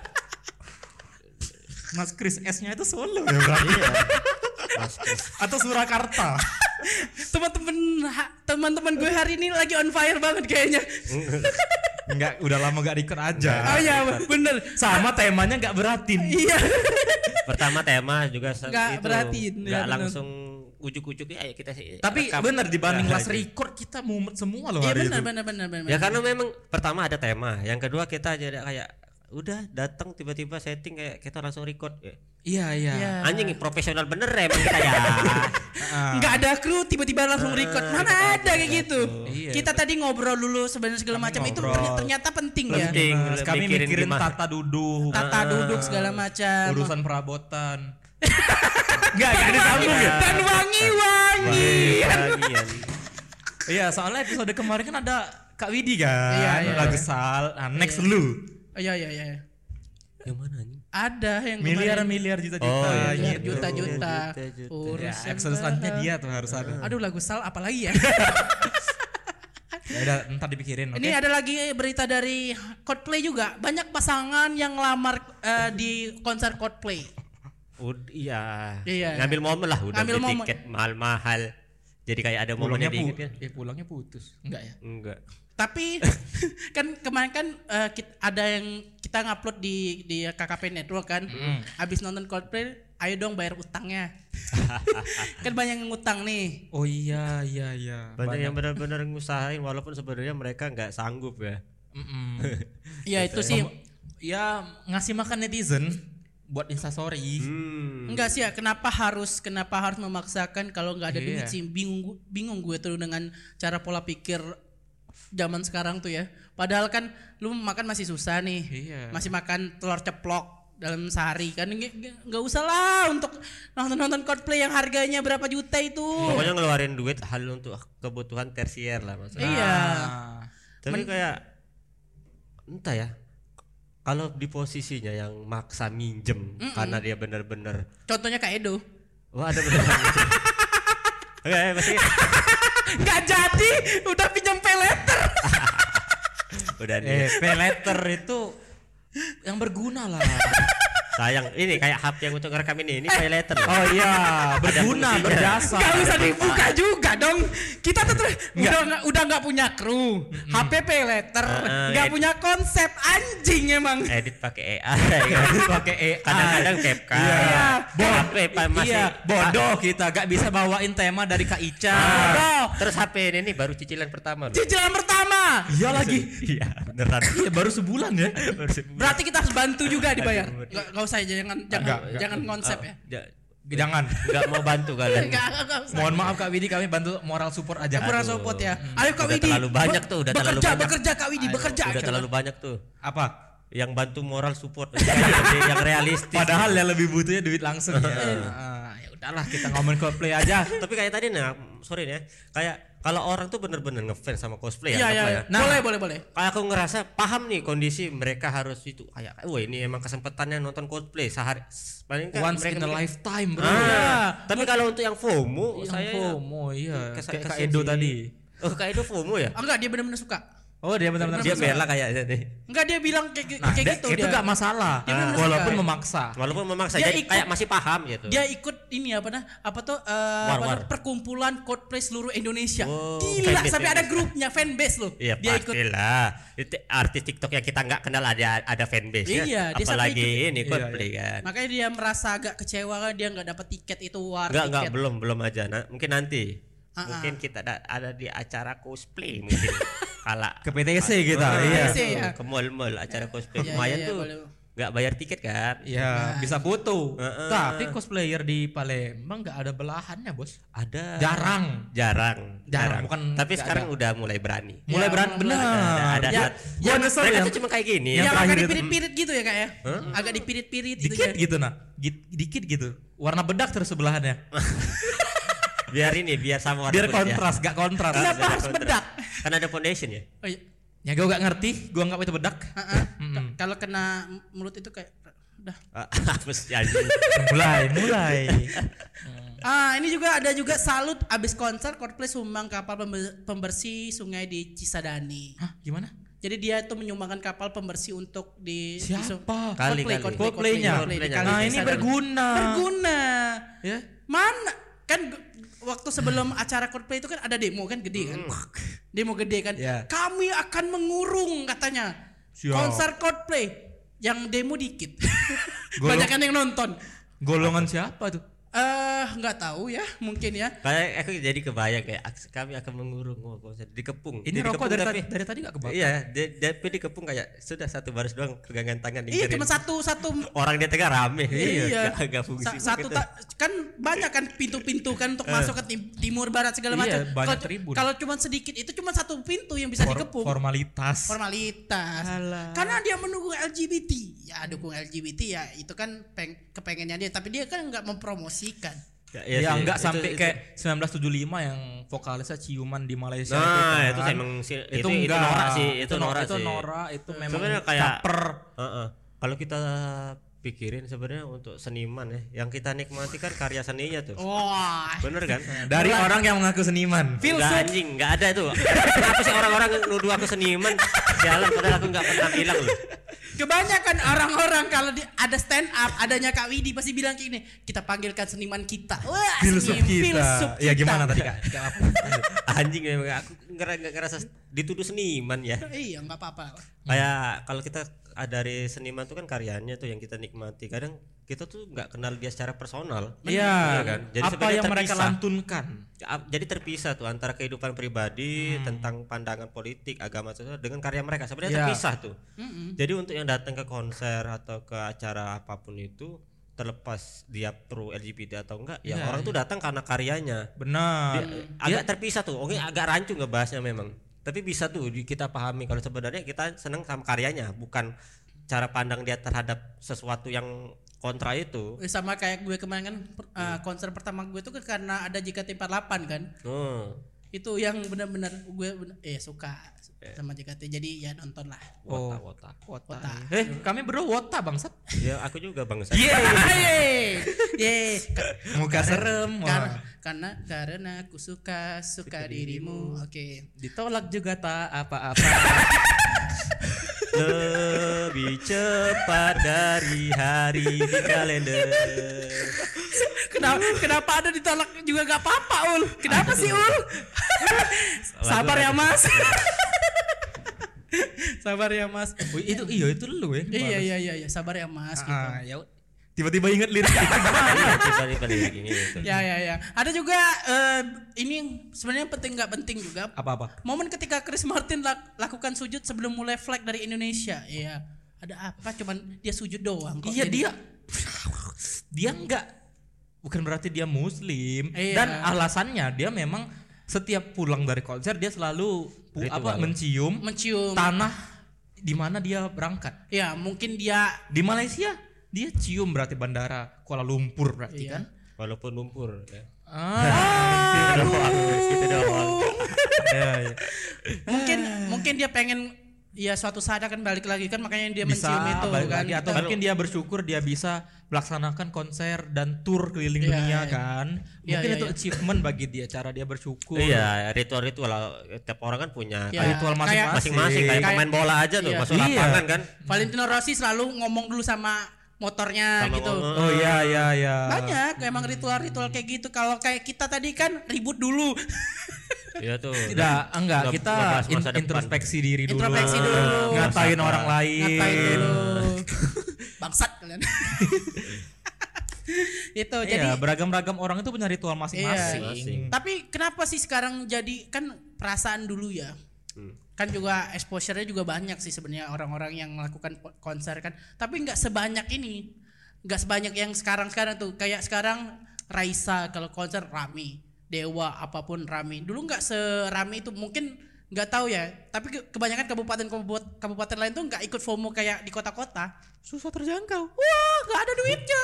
Mas Kris S-nya itu Solo ya berarti. Iya. Atau Surakarta. Teman-teman gue hari ini lagi on fire banget kayaknya. Enggak, udah lama gak record aja. Oh iya, bener. Sama temanya nggak beratin. Iya. Pertama tema juga Nggak beratin, nggak ya, bener. langsung ujuk-ujuk ya kita sih. Tapi rekam. bener dibanding Nah, last record kita mumet semua loh Iya hari itu. benar. Ya karena memang pertama ada tema, yang kedua kita aja kayak udah datang tiba-tiba setting kayak kita langsung record. Ya. Iya. Iya. Anjing profesional bener emang kita ya. Nggak ada kru tiba-tiba langsung record. Mana ada kayak gitu. Iya. Kita tadi ngobrol dulu sebenarnya segala Kami macam itu ngobrol. ternyata penting ya. Penting. Nah, kami Mikirin mikirin gimana. tata duduk, Tata duduk segala macam. urusan perabotan. Enggak disambung ya. Dan wangi-wangi. Wangian. Iya, soalnya episode kemarin kan ada Kak Widi kan, Iya. lagu Sal. Nah, next lu. Oh, iya. Yang mana anjing? Ada yang kemarin. Miliar juta-juta. Oh, iya, Miliar, gitu. juta-juta. Juta-juta. Ya, Urusan episode selanjutnya dia tuh harus ada. Aduh lagu Sal apalagi ya. Ya udah, ntar dipikirin, oke? Ini ada lagi berita dari Coldplay juga. Banyak pasangan yang lamar di konser Coldplay. Iya. Iya. Ngambil momen lah udah Ngambil beli momen. tiket mahal-mahal. Jadi kayak ada Pulangnya momennya diinget kan? pulangnya putus. Enggak ya? Enggak. Tapi kan kemarin kan ada yang kita ngupload di KKP Network kan. Habis nonton Coldplay, ayo dong bayar utangnya. Kan banyak yang ngutang nih. Oh iya. Banyak yang benar-benar ngusahain walaupun sebenarnya mereka nggak sanggup ya. Ya itu sih. Ya ngasih makan netizen. buat instastory. Enggak sih ya, kenapa harus memaksakan kalau nggak ada Iya. duit sih? Bingung gue tuh dengan cara pola pikir zaman sekarang tuh ya. Padahal kan lu makan masih susah nih. Iya. Masih makan telur ceplok dalam sehari kan nggak usah lah untuk nonton Coldplay yang harganya berapa juta itu. Pokoknya ngeluarin duit hal untuk kebutuhan tersier lah maksudnya. Iya. Tapi kayak entah ya. Kalau di posisinya yang maksa minjem karena dia benar-benar Contohnya Kak Edo. wah ada benar. Oke, pasti Nggak jadi, udah pinjam pay letter. udah nih. Pay letter itu yang berguna lah. Sayang ini kayak HP yang untuk ngerekam ini pay letter. loh. Oh iya, berguna, fungsinya. berjasa. Gak usah dibuka juga dong. Kita tuh udah nggak punya kru, HP pay letter, nggak edit. punya konsep anjing emang. Edit pakai AI kan. Pakai AI. Kadang-kadang capcut. Iya. HP masih Iya, bodoh kita gak bisa bawain tema dari Kak Ica. Bodoh. Terus HP ini baru cicilan pertama loh. Cicilan pertama. Iya lagi. Iya, beneran. Iya baru sebulan ya. Berarti kita harus bantu juga dibayar. Nggak usah jangan konsep ya. Jangan. Enggak mau bantu kalian. Nggak usah. Mohon maaf Kak Widi, kami bantu moral support aja. Kurang support ya. Ayo Kak Udah Widi. terlalu banyak tuh, udah terlalu banyak. Bekerja Kak Widi, bekerja. Udah terlalu banyak tuh Apa? yang bantu moral support yang realistis. Padahal yang lebih butuhnya duit langsung ya. Ya udahlah kita ngomongin Coldplay aja. Tapi kayak tadi nah, sorry nih ya. Kayak kalau orang tuh bener-bener ngefans sama cosplay Iya, anggaplah iya. ya. Nah. Boleh. Kayak aku ngerasa paham nih kondisi mereka harus itu kayak wah ini emang kesempatannya nonton cosplay sehari paling kan Once mereka in a mikir, lifetime bro. Tapi kalau untuk yang FOMO Yang saya FOMO iya. Kes- Kayak Kak kasihan Edo sih. tadi. Oh Kak Edo FOMO ya? Enggak, dia benar-benar suka. Oh dia benar-benar Dia suka. bela kayaknya nih. Enggak, dia bilang kayak Nah, gitu itu dia. gak masalah. Dia benar-benar Walaupun suka. memaksa. Walaupun memaksa Dia jadi ikut- kayak masih paham gitu. Dia ikut ini apa tuh War. perkumpulan Coldplay seluruh Indonesia. Oh, Gila, fanbase, sampai ada fanbase. grupnya fanbase loh. Iya Dia ikut. pastilah. Itu artis TikTok yang kita nggak kenal ada fanbase ya. Iya, dia sampai Apalagi ikut. ini Coldplay kan. Makanya dia merasa agak kecewa kan dia nggak dapat tiket itu war Enggak tiket. belum aja nah. Mungkin nanti. Ah, Mungkin kita ada di acara cosplay mungkin. Kala Ke PTC kita. Iya. PTC ya. ke mall-mall acara cosplay. Iya, Lumayan iya, tuh. boleh. Nggak bayar tiket kan? Iya, bisa foto. Heeh. Tapi cosplayer di Palembang nggak ada belahannya, Bos. Ada. Jarang, Jarang. bukan Tapi nggak sekarang ada. udah mulai berani. Mulai Ya, berani benar. Ada. Ya, Gua nyesel mereka yang tuh cuma kayak gini. Yang terakhir agak itu. dipirit-pirit gitu ya kak ya. Agak dipirit-pirit gitu dikit ya. gitu nah. Dikit gitu. Warna bedak terus sebelahannya. biar sama warna Biar kulitnya. kontras, gak kontras. Kenapa Biar harus kontras. bedak? Karena ada foundation ya. Oh, iya. Ya gue gak ngerti, gue anggap itu bedak. Kalau kena mulut itu kayak udah. Hapus anjing. mulai. Ini juga ada juga salut abis konser Coldplay sumbang kapal pembersih sungai di Cisadane. Hah, gimana? Jadi dia tuh menyumbangkan kapal pembersih untuk di Siapa? Kali-kali. Coldplay-nya. Coldplay di Nah, kali Nah, ini Cisadane. berguna. Berguna. Ya. Mana kan waktu sebelum acara Coldplay itu kan ada demo kan gede kan. Demo gede kan. Ya. Kami akan mengurung katanya. Siap. Konser Coldplay yang demo dikit. Golong- Banyak kan yang nonton. Golongan siapa tuh? Nggak tahu ya, mungkin ya. Kayak aku jadi kebayang kayak kami akan mengurung konser dikepung. Ini Jadi rokok dikepung dari tadi gak kebakar. Iya, tapi dikepung kayak sudah satu baris doang pegangan tangan Iya lingkarin. cuma satu Orang dia tengah rame. Iya. Agak fungsi. Satu kan banyak kan pintu-pintu kan untuk masuk ke timur barat segala macam. Iya, banyak Kalau- tribun. Kalau cuma sedikit itu cuma satu pintu yang bisa dikepung. Formalitas. Formalitas. Karena dia mendukung LGBT. Ya dukung LGBT ya itu kan kepengennya dia, tapi dia kan nggak mempromosikan. Ya sih, enggak itu- sampai itu- kayak 1975 yang vokalisnya ciuman di Malaysia Nah, itu kan. emang itu enggak. norak sih, itu norak itu sih. norak, itu memang Sebenarnya kayak caper. Kalau kita pikirin sebenarnya untuk seniman ya, yang kita nikmati kan karya seninya tuh. Wah. Bener kan? Dari orang yang mengaku seniman. Enggak anjing, enggak ada itu. Kenapa sih orang-orang nuduh aku seniman? Sialan padahal aku enggak pernah bilang loh. Kebanyakan orang-orang kalau ada stand up, adanya Kak Widi pasti bilang kayak gini, kita panggilkan seniman kita. Wah, Filsuf kita. filsuf Ya kita. gimana tadi Kak? Anjing memang aku nggak ngerasa dituduh seniman ya. Iya, nggak apa-apa. Kayak kalau kita dari seniman tuh kan karyanya tuh yang kita nikmati. Kadang kita tuh nggak kenal dia secara personal. Iya kan? Jadi apa sebenarnya yang mereka terpisah. lantunkan. Jadi terpisah tuh antara kehidupan pribadi tentang pandangan politik, agama sosial dengan karya mereka. Sebenarnya Iya. terpisah tuh. Jadi untuk yang datang ke konser atau ke acara apapun itu, terlepas dia pro LGBT atau enggak, ya Iya, orang tuh datang karena karyanya. Benar. Agak terpisah tuh. Oke, agak rancu ngebahasnya memang. Tapi bisa tuh kita pahami kalau sebenarnya kita seneng sama karyanya, bukan cara pandang dia terhadap sesuatu yang kontra itu. Sama kayak gue kemarin kan konser pertama gue tuh kan karena ada JKT48 kan. Itu yang benar-benar gue suka sama JKT, jadi ya nonton lah. Wota. Kami berdua wota bangsat. Ya aku juga bangsa. Muka serem. Wah. Karena aku suka dirimu. Oke. Ditolak juga tak apa-apa. Lebih cepat dari hari di kalender. Kenapa ada ditolak juga gak apa-apa, Ul? Kenapa sih, Ul? Sabar ya, Mas. Sabar ya, Mas. Itu lu ya. Iya, sabar ya, Mas gitu. Ya tiba-tiba inget lirik itu gimana? Tiba-tiba gini gitu. Ya. Ada juga ini sebenarnya penting nggak penting juga. Apa-apa? Momen ketika Chris Martin lakukan sujud sebelum mulai flag dari Indonesia. Iya. Ada apa? Cuman dia sujud doang kok. Iya Jadi- dia enggak, bukan berarti dia muslim. Iya. Dan alasannya dia memang setiap pulang dari konser dia selalu mencium tanah di mana dia berangkat. Ya, mungkin dia Di Malaysia dia cium berarti bandara Kuala Lumpur berarti Iya. kan. Walaupun lumpur ya. Gitu doang. Iya. mungkin dia pengen ya suatu saat akan balik lagi kan, makanya dia Bisa mencium itu balik kan. lagi, atau mungkin dia bersyukur dia bisa melaksanakan konser dan tour keliling Iya, dunia iya. kan. Iya, Mungkin iya, itu iya. achievement bagi dia, cara dia bersyukur. Iya, ritual tiap orang kan punya Ya, ritual kayak- masing-masing kayak pemain bola aja tuh Iya. masuk Iya. lapangan kan. Valentino Rossi selalu ngomong dulu sama motornya Sama gitu. ngomong. Oh iya. Banyak emang ritual-ritual kayak gitu. Kalau kayak kita tadi kan ribut dulu. Iya tuh. Enggak, kita ngebahas masa depan. introspeksi diri dulu. Introspeksi dulu. Ngatain orang lain. Ngapain dulu? Bangsat kalian. Itu Iya, jadi beragam-ragam orang itu punya ritual masing-masing. Masing-masing. tapi kenapa sih sekarang jadi kan perasaan dulu ya? Kan juga exposure-nya juga banyak sih sebenarnya orang-orang yang melakukan konser kan. Tapi nggak sebanyak ini. Nggak sebanyak yang sekarang-sekarang tuh. Kayak sekarang Raisa kalau konser rame. Dewa apapun rame. Dulu nggak serame itu, mungkin nggak tahu ya. Tapi kebanyakan kabupaten lain tuh nggak ikut FOMO kayak di kota-kota. Susah terjangkau. Wah, nggak ada duitnya.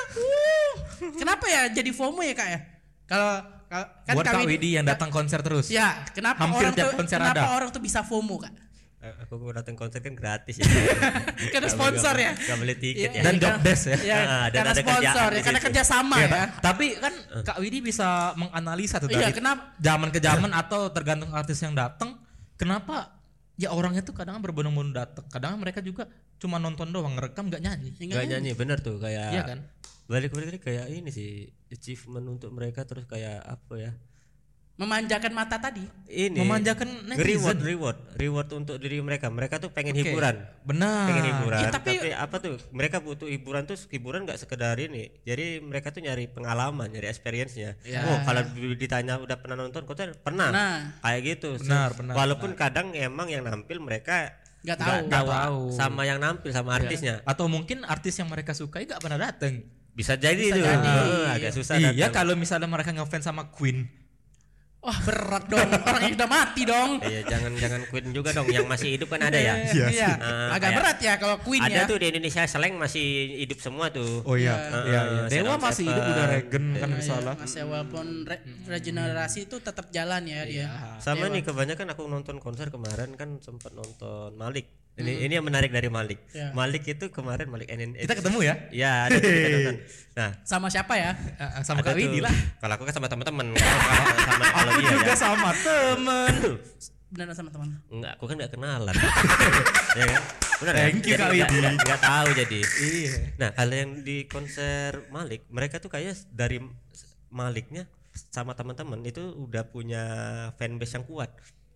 Kenapa ya jadi FOMO ya, Kak ya? Kalau kan Buat Kak Widi yang datang konser terus. Ya, kenapa Hampir orang tiap tuh konser kenapa ada. orang tuh bisa FOMO, Kak? Aku datang konser kan gratis ya. Karena sponsor ya. Gak beli tiket Iya, ya. Dan iya, job desk ya. Ya, dan karena ada sponsor kerjaan ya, di karena situ. kerja sama Iya, ya. Tapi kan Kak Widi bisa menganalisa tuh Iya, dari kenapa? zaman ke zaman atau tergantung artis yang datang. Kenapa ya orangnya tuh kadang berbondong-bondong datang, kadang mereka juga cuma nonton doang, ngerekam nggak nyanyi. Gak nyanyi bener tuh kayak. Iya kan? Balik kayak ini sih achievement untuk mereka terus kayak apa ya? Memanjakan mata tadi. Ini Memanjakan netizen. reward untuk diri mereka. Mereka tuh pengen Oke. hiburan. Benar. Pengen hiburan. Ya, tapi, tapi- apa tuh? Mereka butuh hiburan tuh hiburan nggak sekedar ini. Jadi mereka tuh nyari pengalaman, nyari experience-nya. Ya. Oh, kalau ditanya udah pernah nonton konser? Pernah. Nah. Kayak gitu. Benar. Walaupun kadang emang yang nampil mereka Nggak tahu. Nggak tahu. sama yang nampil sama artisnya. Atau mungkin artis yang mereka sukai nggak pernah datang. Bisa jadi Bisa tuh. jadi. Agak susah Iya, datang. kalau misalnya mereka ngefans sama Queen. Wah, berat dong. Orang yang udah mati dong. Iya, jangan Queen juga dong, yang masih hidup kan ada ya. Iya. kayak- Agak berat ya kalau Queen Ada ya. tuh di Indonesia Slang masih hidup semua tuh. Oh iya. Iya. Dewa Sheila masih Seven. hidup udah regen kan Iya, misalnya. masih walaupun regenerasi itu tetap jalan ya dia. Sama nih kebanyakan aku nonton konser kemarin kan sempat nonton Malik. Ini yang menarik dari Malik. Ya. Malik itu kemarin Malik NN. Kita ketemu ya? Ya, ada tuh kita nonton. Nah, Sama siapa ya? Sama ada Kak Widi tuh. lah. Kalau aku kan sama teman-teman. Kalau dia Juga ya. sama temen. Benar sama teman. Enggak, aku kan enggak kenalan. Ya kan? Benar ya? Thank you, Jadi Kak nggak- Widi. nggak tahu jadi. Iya. Nah, kalau yang di konser Malik, mereka tuh kayaknya dari Maliknya sama teman-teman itu udah punya fanbase yang kuat.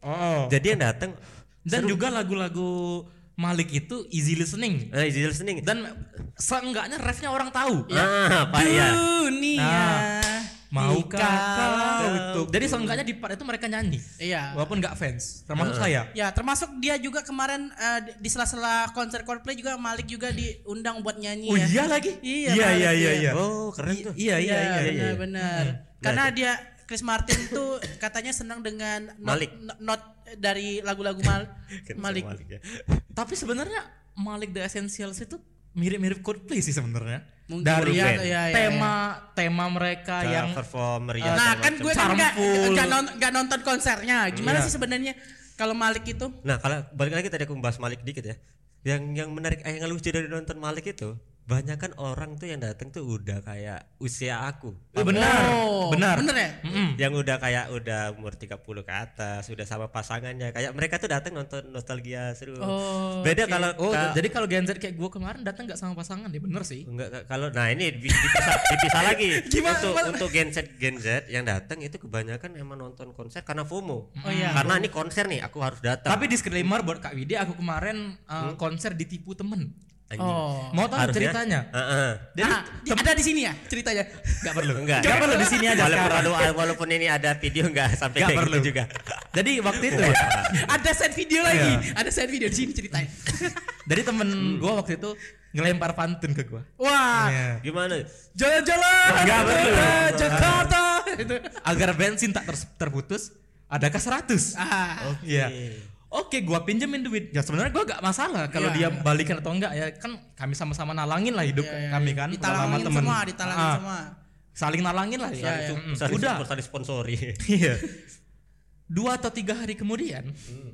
Oh. Jadi yang datang Dan juga lagu-lagu Malik itu easy listening. easy listening. Dan seenggaknya refnya orang tahu. Apa ya? Dunia. Maukah jika- kau itu. Jadi seenggaknya di part itu mereka nyanyi. Iya. Walaupun nggak fans, termasuk saya. Ya, termasuk dia juga kemarin di sela-sela konser Coldplay juga Malik juga diundang buat nyanyi Oh ya. iya lagi? Iya, Iya Malik, iya iya. iya. Oh, keren tuh. Iya iya iya. benar. Karena dia Chris Martin tuh katanya senang dengan Malik. not dari lagu-lagu Malik. Ya. Tapi sebenarnya Malik The Essentials itu mirip-mirip Coldplay sih sebenarnya. Mungkin Dari iya, tema mereka Yang yang perform meriah Nah, segala kan macam. gue kan Charmful. nggak nonton konsernya. Gimana Iya. sih sebenarnya kalau Malik itu? Nah, kalau balik lagi tadi aku bahas Malik dikit ya. Yang menarik yang lucu dari nonton Malik itu, banyak kan orang tuh yang datang tuh udah kayak usia aku. benar. Benar. Bener ya? Yang udah kayak udah umur 30 ke atas, udah sama pasangannya. Kayak mereka tuh datang nonton nostalgia seru. Beda kalau Jadi kalau Gen Z kayak gue kemarin datang nggak sama pasangan ya bener sih. enggak kalau nah ini dipisah lagi. Untuk Gen Z yang datang itu kebanyakan emang nonton konser karena FOMO. Oh iya. Karena ini konser nih, aku harus datang. Tapi disclaimer buat Kak Widi, aku kemarin konser ditipu temen. Anjing. Mau tahu Harusnya- ceritanya? Heeh. Jadi Ada di sini ya ceritanya. nggak perlu. Enggak. Nggak perlu di sini aja sekarang. Walaupun ini ada video enggak sampai Nggak kayak perlu gitu juga. Jadi waktu itu ya. Ada set video lagi. Ada set video di sini ceritanya. Jadi temen gue waktu itu ngelempar pantun ke gue. Wah, Gimana? jalan-jalan. Nggak perlu. Jakarta. Itu. Agar bensin tak terputus, adakah 100? Ah. Iya. Oke, gua pinjemin duit. Ya sebenarnya gua gak masalah kalau Iya. dia balikan atau enggak ya. Kan kami sama-sama nalangin lah hidup kami kan. selama Ditalangin temen. semua, ditalangin Ah, semua. Saling nalangin lah ya. Iya, iya. Udah. Saling sponsori. Iya. 2 atau 3 hari kemudian,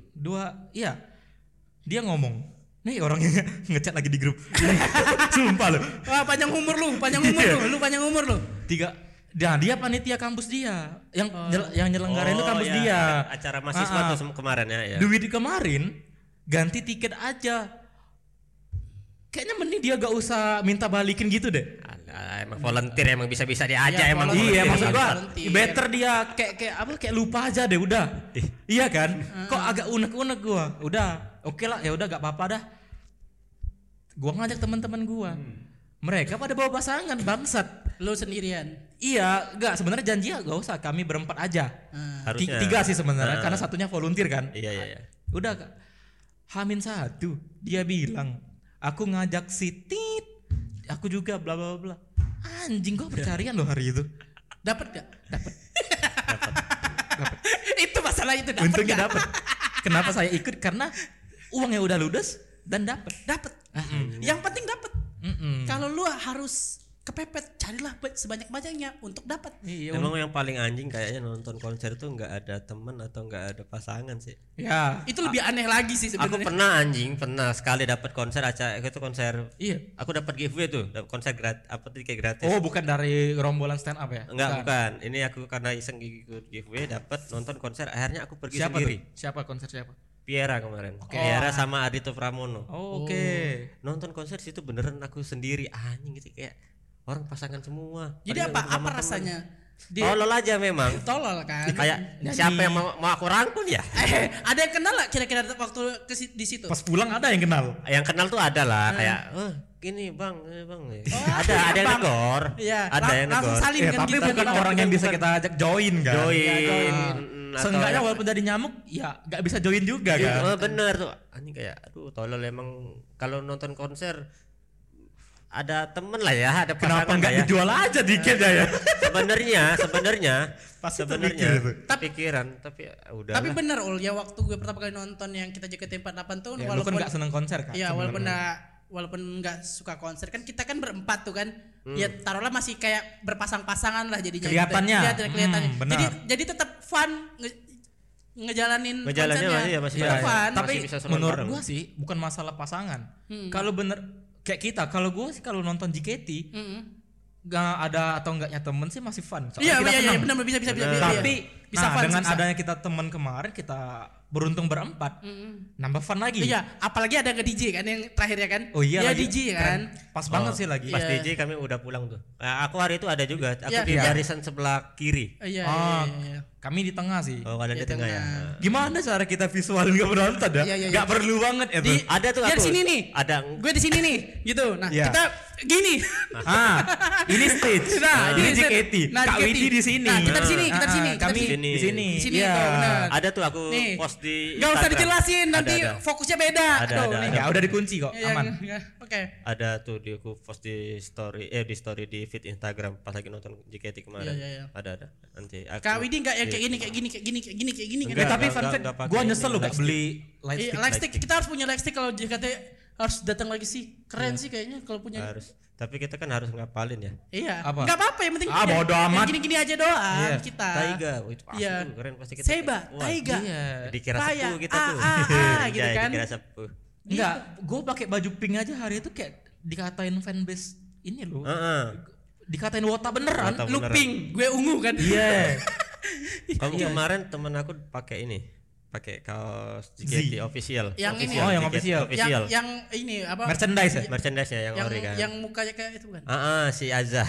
dia ngomong, nih orangnya ngechat lagi di grup. Sumpah lu. Wah, panjang umur lu. Lu panjang umur lu. 3. Nah, dia panitia kampus dia. Yang nyelenggarain itu kampus ya, dia. Acara mahasiswa tuh kemarin ya. Duit kemarin ganti tiket aja. Kayaknya mending dia gak usah minta balikin gitu deh. Emang volunteer emang bisa-bisa dia aja Iya, emang. volunteer. Iya, maksud gua Volunteer. better dia kayak lupa aja deh udah. Iya kan? Kok agak unek-unek gua. Udah, oke lah, ya udah gak apa-apa dah. Gua ngajak teman-teman gua. Mereka pada bawa pasangan, bangsat. Lu sendirian. Iya, enggak sebenarnya janji ya gak usah, kami berempat aja. Harusnya. 3 sih sebenarnya karena satunya volunteer kan. Iya. Udah Kak. H-1 dia bilang, "Aku ngajak si Tit. Aku juga bla bla bla." Anjing, gua pencarian loh hari itu. Dapat gak? Dapat. Itu masalah itu dapat. Untungnya dapat. Kenapa saya ikut? Karena uangnya udah ludes dan dapat. Dapat. Yang penting dapat. Kalau lu harus kepepet, carilah sebanyak-banyaknya untuk dapat. Iya. Emang yang paling anjing kayaknya nonton konser tuh nggak ada temen atau nggak ada pasangan sih. Ya. Itu lebih aneh lagi sih Aku sebenarnya. pernah sekali dapat konser acara itu konser. Iya. Aku dapat giveaway tuh, dapat konser gratis, apa tiket gratis. Oh, bukan dari rombolan stand up ya? Enggak, bukan. Ini aku karena iseng ikut giveaway dapat nonton konser, akhirnya aku pergi Siapa sendiri. tuh? Siapa konser siapa? Piera kemarin. Piera sama Ardhito Pramono. Oh, oke. Nonton konser situ beneran aku sendiri, anjing gitu kayak orang pasangan semua. Jadi Padahal apa sama temen. rasanya? Tolol aja memang. Tolol kan. Kayak siapa yang mau aku rangkul ya? Ada yang kenal lah kira-kira waktu di situ? Pas pulang ada yang kenal. Yang kenal tuh ada lah kayak gini bang. Ada yang negor. Iya, Ada yang langsung negor. saling kan Tapi gitu. bukan orang yang bisa kita ajak join kan? Join. Seenggaknya walaupun dari nyamuk, ya nggak bisa join juga kan? Oh, bener tuh. Anjing kayak aduh tolol emang kalau nonton konser ada temen lah ya, ada Kenapa pasangan nggak lah ya. dijual aja dikit ya? Sebenarnya Pasti sebenarnya terpikir itu. pikiran tapi udah. Tapi bener Ul, ya waktu gue pertama kali nonton yang kita JKT48 tuh Ya, lu kan nggak seneng konser kan? Iya, walaupun nggak suka konser kan kita kan berempat tuh kan. Ya taruhlah masih kayak berpasang-pasangan lah jadinya. Kelihatannya. Iya, kelihatannya. Benar. Jadi tetap fun ngejalanin Ngejalannya konsernya. masih Tetap fun. Tapi masih bisa seru menurut bareng. gua sih bukan masalah pasangan. Kalau bener kayak kita, kalau gua sih kalau nonton JKT nggak ada atau enggaknya temen sih masih fun. Soalnya Iya, kita iya, senang. benar bisa. Tapi bisa nah, fun, dengan bisa. adanya kita teman kemarin kita beruntung berempat. Nambah fun lagi. Iya, apalagi ada nge DJ kan yang terakhir ya kan? Oh iya ya, lagi. DJ kan. Pas banget sih lagi. Pas Iya. DJ kami udah pulang tuh. Nah, aku hari itu ada juga. Aku Iya. di Iya. barisan sebelah kiri. Iya, Oh, iya. kami di tengah sih. Oh, kalian di tengah ya. Gimana cara kita visualin gak penonton ya? Iya, iya, Gak iya. perlu banget ya tuh. Ada tuh Dia aku. di sini nih. Ada. Gue di sini nih, gitu. Nah, Iya. kita gini. Ini stage. Nah, ini ini JKT. nah, Kak JKT. Widi di sini. Nah, kita di sini, kita di sini, kita Kami di sini. di sini. Di sini Iya. tuh, benar. Ada tuh aku Nih. post di Gak usah Instagram. dijelasin, nanti Ada. fokusnya beda. Ada, Tuh, ada, nih. Enggak, udah dikunci kok, Iya, aman. iya. Oke. Ada tuh di aku post di story di feed Instagram pas lagi nonton JKT kemarin. Iya, iya. Ada. Nanti aku Kak Widi enggak yang kayak gini, kayak gini, kayak gini, kayak gini, kayak gini kan? Eh, tapi Enggak, fun fact, enggak pakai gua ini, nyesel lo gak lightstick. beli light Iya, stick. lightstick. Kita harus punya lightstick kalau JKT harus datang lagi sih. Keren sih kayaknya kalau punya. harus. Tapi kita kan harus ngapalin ya. Iya. Apa? Enggak apa-apa, yang penting Ah, bodo amat. gini-gini aja doang Iya. kita. Taiga, oh, itu pasti Iya. tuh keren pasti kita. Seba, Wah, Taiga. Iya. Dikira Paya, sepuh kita tuh. gitu Iya, kan. Dikira sepuh. Enggak, gue pakai baju pink aja hari itu kayak dikatain fanbase ini loh. Heeh. Dikatain wota beneran. Wota. Lu Beneran. pink, gue ungu kan. Iya. Kamu kemarin temen aku pakai ini, pakai kaos JKT official. Yang ini Oh, yang JKT official. official. yang ini apa? Merchandise ya? Merchandise-nya yang ori kan. yang mukanya kayak itu kan. Si Azza.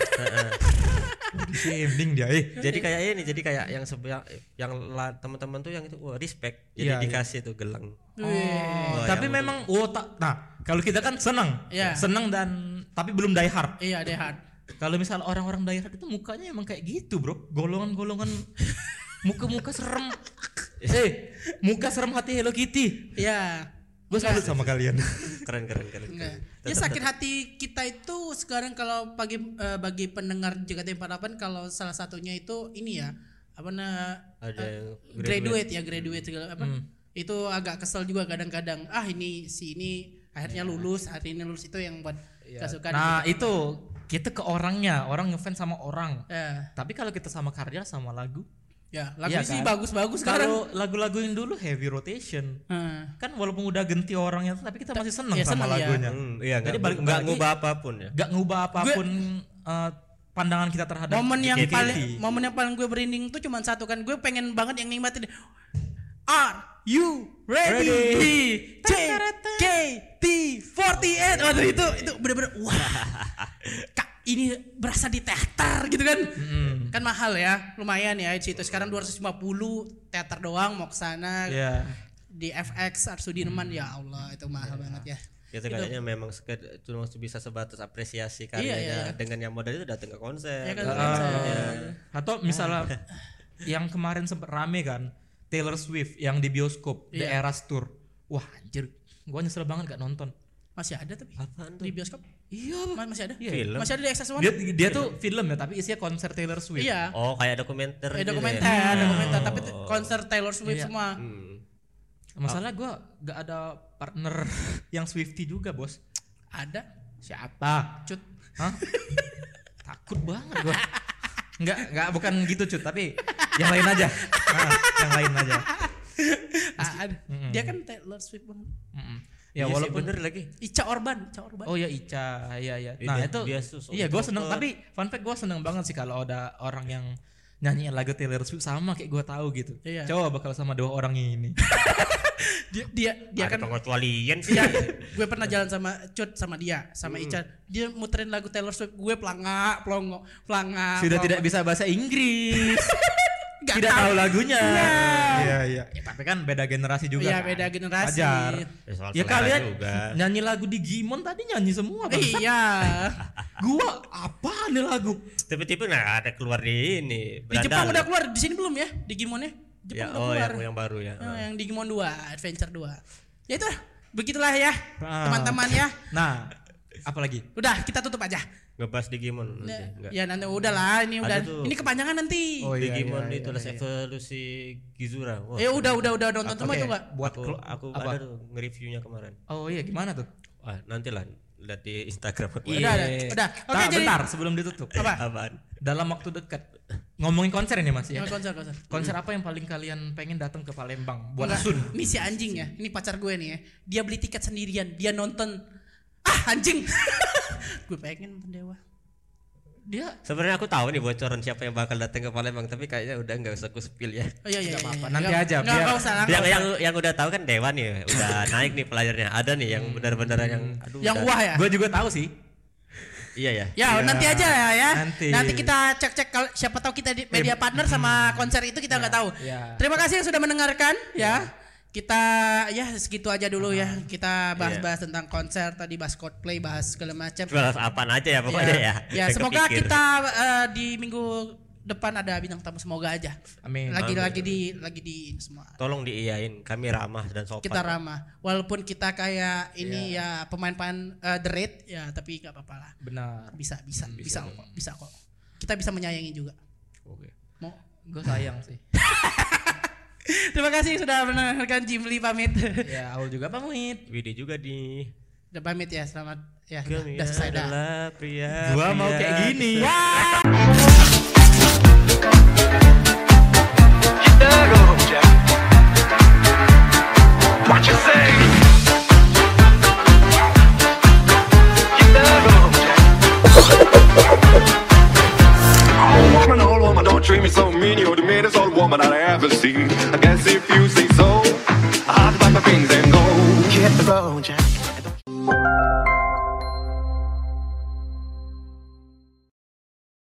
Shaming dia. Jadi kayak ini, jadi kayak yang teman-teman tuh yang itu wah respect. Jadi Iya, dikasih tuh gelang. Oh, tapi yang memang wota. Nah, kalau kita kan senang. Iya. Senang dan tapi belum die hard. Iya, Dehan. Kalau misal orang-orang die hard itu mukanya emang kayak gitu, Bro. Golongan-golongan muka-muka serem. Muka serem hati Hello Kitty. Iya. Gue salut sama kalian. keren. Enggak. Ya sakit hati kita itu sekarang kalau bagi pendengar JKT48 kalau salah satunya itu ini ya apa Ada yang graduate segala apa itu agak kesel juga kadang-kadang ini akhirnya lulus hari ini lulus itu yang buat kesukaan Nah, kita. itu kita ke orangnya, orang ngefans sama orang. Ya, Tapi kalau kita sama karya sama lagu, ya lagu Iya sih kan? bagus-bagus sekarang. kalau lagu-lagu yang dulu heavy rotation, Nah, kan walaupun udah ganti orangnya tapi kita masih seneng ya, sama seneng ya. lagunya. Iya, Jadi balik enggak lagi, ngubah apapun ya. Gak ngubah apapun pandangan kita terhadap momen yang JKT. paling gue berinding tuh cuma satu kan, gue pengen banget yang nikmatin. Are you ready? JKT48. Waduh itu bener-bener wah. Kak, ini berasa di teater gitu kan. Kan mahal ya, lumayan ya di situ. Sekarang 250 teater doang mau ke sana. Iya. Di FX Sudirman ya Allah itu mahal banget ya. Kita kayaknya memang cuma bisa sebatas apresiasi karyanya iya. dengan yang modal itu datang ke konser. Ya kan, konser. Atau misalnya yang kemarin sempat rame kan, Taylor Swift yang di bioskop, The Iya. Eras Tour. Wah anjir, gua nyesel banget gak nonton. Masih ada tapi Apaan tuh? di bioskop. Iya, Masih ada? Film? Masih ada di XS1. dia tuh film ya, tapi isinya konser Taylor Swift. Iya. Oh, kayak dokumenter. gitu Dokumenter, tapi konser Taylor Swift Iya. semua. Masalah gua gak ada partner yang Swiftie juga, Bos. Ada. Siapa? Cut. Hah? Takut banget gua. Enggak bukan gitu, Cut, tapi yang lain aja. Yang lain aja. Ada. Dia kan Taylor Swift banget. Ya Iya sih, walaupun bener lagi. Ica Orban. Oh ya Ica, iya. Nah Dia- itu, dia sus- iya gue introvert. seneng. Tapi fun fact gue seneng banget sih kalau ada orang yang nyanyiin lagu Taylor Swift sama kayak gue tahu gitu. Iya. Coba bakal sama dua orang ini. Dia Ada kan pengecualian sih. dia gue pernah jalan sama Cut sama dia sama Ica. Dia muterin lagu Taylor Swift, gue pelanga. Sudah tidak bisa bahasa Inggris. Gak Tidak tahu. tahu lagunya. Iya. Iya. Ya, tapi kan beda generasi juga. Iya, kan. beda generasi. Wajar. Soal Ya selera kalian juga. nyanyi lagu di Gimon tadi nyanyi semua bang. Iya. Gua apa nih lagu? Tiba-tiba ada keluar di ini. Di Jepang udah keluar, di sini belum ya? Di Gimonnya? Ya, Jepang udah keluar. yang baru ya. Yang di Gimon 2, Adventure 2. Ya itu begitulah ya, Ah. teman-teman ya. Nah, apa lagi? Udah, kita tutup aja. Ngebahas Digimon nanti. Enggak. Ya nanti udahlah, ini udah. Ada tuh. Ini kepanjangan nanti. Oh, iya, Digimon iya, itu iya, lah evolusi Gizura. Wah, Udah nonton semua Oke, itu enggak? buat aku apa? ada tuh nge-reviewnya kemarin. Oh iya gimana tuh? Wah, nantilah lihat di Instagram aku. Udah. Oke, Nah, jadi- bentar sebelum ditutup. Apa? Apaan? Dalam waktu dekat ngomongin konser ini Mas ya. Konser. Konser apa yang paling kalian pengen datang ke Palembang buat Enggak, Sun? ini si anjing ya. Ini pacar gue nih ya. Dia beli tiket sendirian, dia nonton. Anjing. Gue pengen nonton Dewa. dia Sebenarnya aku tahu nih bocoran siapa yang bakal datang ke Palembang, tapi kayaknya udah nggak usah aku spill ya. Oh iya. Nggak apa-apa, iya. nanti Nggak- aja, nggak biar- usah. Yang udah tahu kan Dewan nih, udah naik nih pelajarnya. Ada nih yang benar-benar yang aduh. Yang udah- wah ya. gue juga tahu sih. Iya ya. Ya, nanti aja ya. Nanti. Kita cek kalau siapa tahu kita di media partner sama konser itu kita nggak tahu. ya. Terima kasih yang sudah mendengarkan ya. Kita ya segitu aja dulu ya. Kita bahas-bahas tentang konser tadi, bahas Coldplay, bahas segala macam. Balas apaan aja ya pokoknya ya. Ya, Saya semoga kepikir. kita di minggu depan ada bintang tamu, semoga aja. Amin. Lagi di semua. Tolong diiyain, kami ramah dan sopan. Kita ramah. Walaupun kita kayak ini ya pemain-pemain The Raid ya, tapi nggak apa-apa lah. Benar. Bisa kok. Kita bisa menyayangi juga. Oke. Mau. Gue sayang sih. Terima kasih sudah mendengarkan Jimli pamit. Ya, Aul juga pamit. Widi juga di. Udah pamit ya, selamat ya. Kami Udah selesai dah. adalah pria. Gua mau kayak gini. What you say? Old woman, don't treat me so mean. You're the meanest old woman that I ever seen.